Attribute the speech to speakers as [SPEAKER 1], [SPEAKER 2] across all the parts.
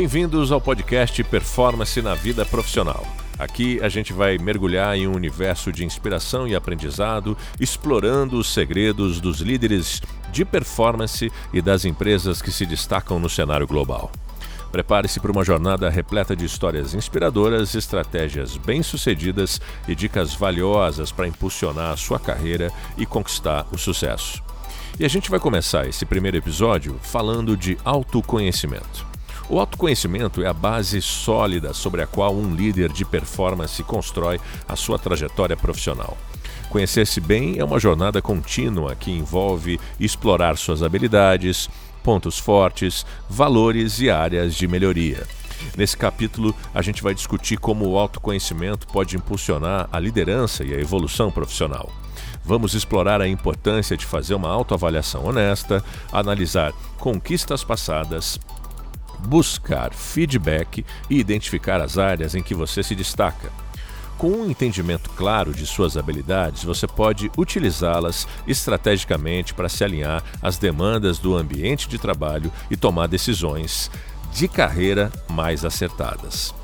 [SPEAKER 1] Bem-vindos ao podcast Performance na Vida Profissional. Aqui a gente vai mergulhar em um universo de inspiração e aprendizado, explorando os segredos dos líderes de performance e das empresas que se destacam no cenário global. Prepare-se para uma jornada repleta de histórias inspiradoras, estratégias bem-sucedidas e dicas valiosas para impulsionar a sua carreira e conquistar o sucesso. E a gente vai começar esse primeiro episódio falando de autoconhecimento. O autoconhecimento é a base sólida sobre a qual um líder de performance constrói a sua trajetória profissional. Conhecer-se bem é uma jornada contínua que envolve explorar suas habilidades, pontos fortes, valores e áreas de melhoria. Nesse capítulo, a gente vai discutir como o autoconhecimento pode impulsionar a liderança e a evolução profissional. Vamos explorar a importância de fazer uma autoavaliação honesta, analisar conquistas passadas, buscar feedback e identificar as áreas em que você se destaca. Com um entendimento claro de suas habilidades, você pode utilizá-las estrategicamente para se alinhar às demandas do ambiente de trabalho e tomar decisões de carreira mais acertadas.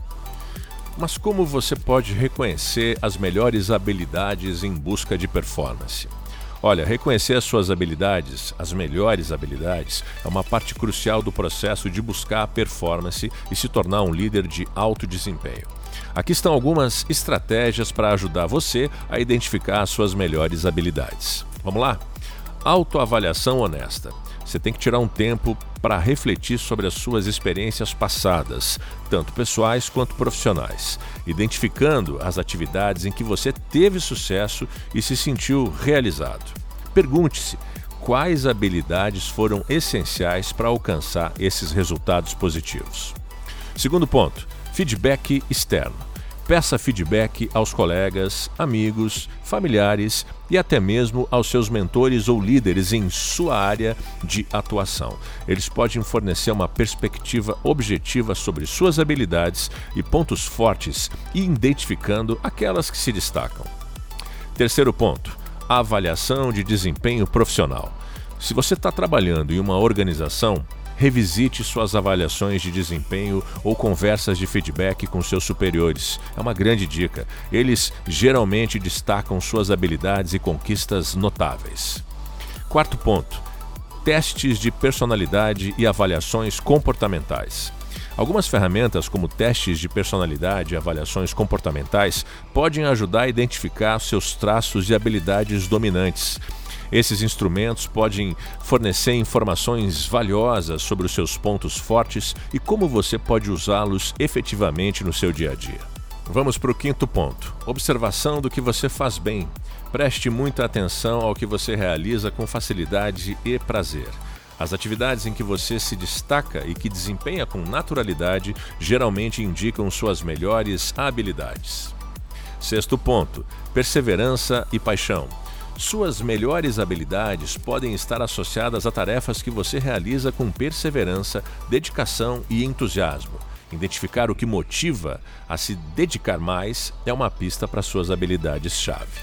[SPEAKER 1] Mas como você pode reconhecer as melhores habilidades em busca de performance? Olha, reconhecer as suas habilidades, as melhores habilidades, é uma parte crucial do processo de buscar a performance e se tornar um líder de alto desempenho. Aqui estão algumas estratégias para ajudar você a identificar as suas melhores habilidades. Vamos lá? Autoavaliação honesta. Você tem que tirar um tempo para refletir sobre as suas experiências passadas, tanto pessoais quanto profissionais, identificando as atividades em que você teve sucesso e se sentiu realizado. Pergunte-se quais habilidades foram essenciais para alcançar esses resultados positivos. Segundo ponto, feedback externo. Peça feedback aos colegas, amigos, familiares e até mesmo aos seus mentores ou líderes em sua área de atuação. Eles podem fornecer uma perspectiva objetiva sobre suas habilidades e pontos fortes e identificando aquelas que se destacam. Terceiro ponto, a avaliação de desempenho profissional. Se você está trabalhando em uma organização, revisite suas avaliações de desempenho ou conversas de feedback com seus superiores. É uma grande dica. Eles geralmente destacam suas habilidades e conquistas notáveis. Quarto ponto, testes de personalidade e avaliações comportamentais. Algumas ferramentas, como testes de personalidade e avaliações comportamentais, podem ajudar a identificar seus traços e habilidades dominantes. Esses instrumentos podem fornecer informações valiosas sobre os seus pontos fortes e como você pode usá-los efetivamente no seu dia a dia. Vamos para o quinto ponto, observação do que você faz bem. Preste muita atenção ao que você realiza com facilidade e prazer. As atividades em que você se destaca e que desempenha com naturalidade geralmente indicam suas melhores habilidades. Sexto ponto, perseverança e paixão. Suas melhores habilidades podem estar associadas a tarefas que você realiza com perseverança, dedicação e entusiasmo. Identificar o que motiva a se dedicar mais é uma pista para suas habilidades-chave.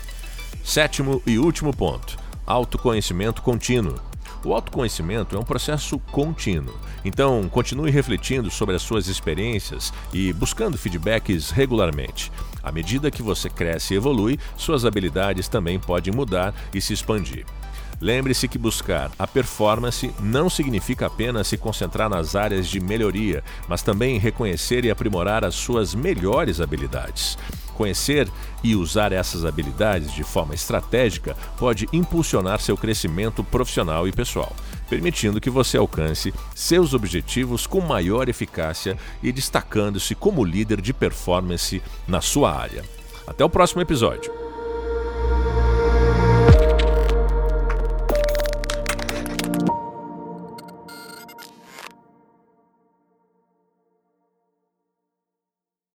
[SPEAKER 1] Sétimo e último ponto, autoconhecimento contínuo. O autoconhecimento é um processo contínuo, então continue refletindo sobre as suas experiências e buscando feedbacks regularmente. À medida que você cresce e evolui, suas habilidades também podem mudar e se expandir. Lembre-se que buscar a performance não significa apenas se concentrar nas áreas de melhoria, mas também reconhecer e aprimorar as suas melhores habilidades. Conhecer e usar essas habilidades de forma estratégica pode impulsionar seu crescimento profissional e pessoal, permitindo que você alcance seus objetivos com maior eficácia e destacando-se como líder de performance na sua área. Até o próximo episódio.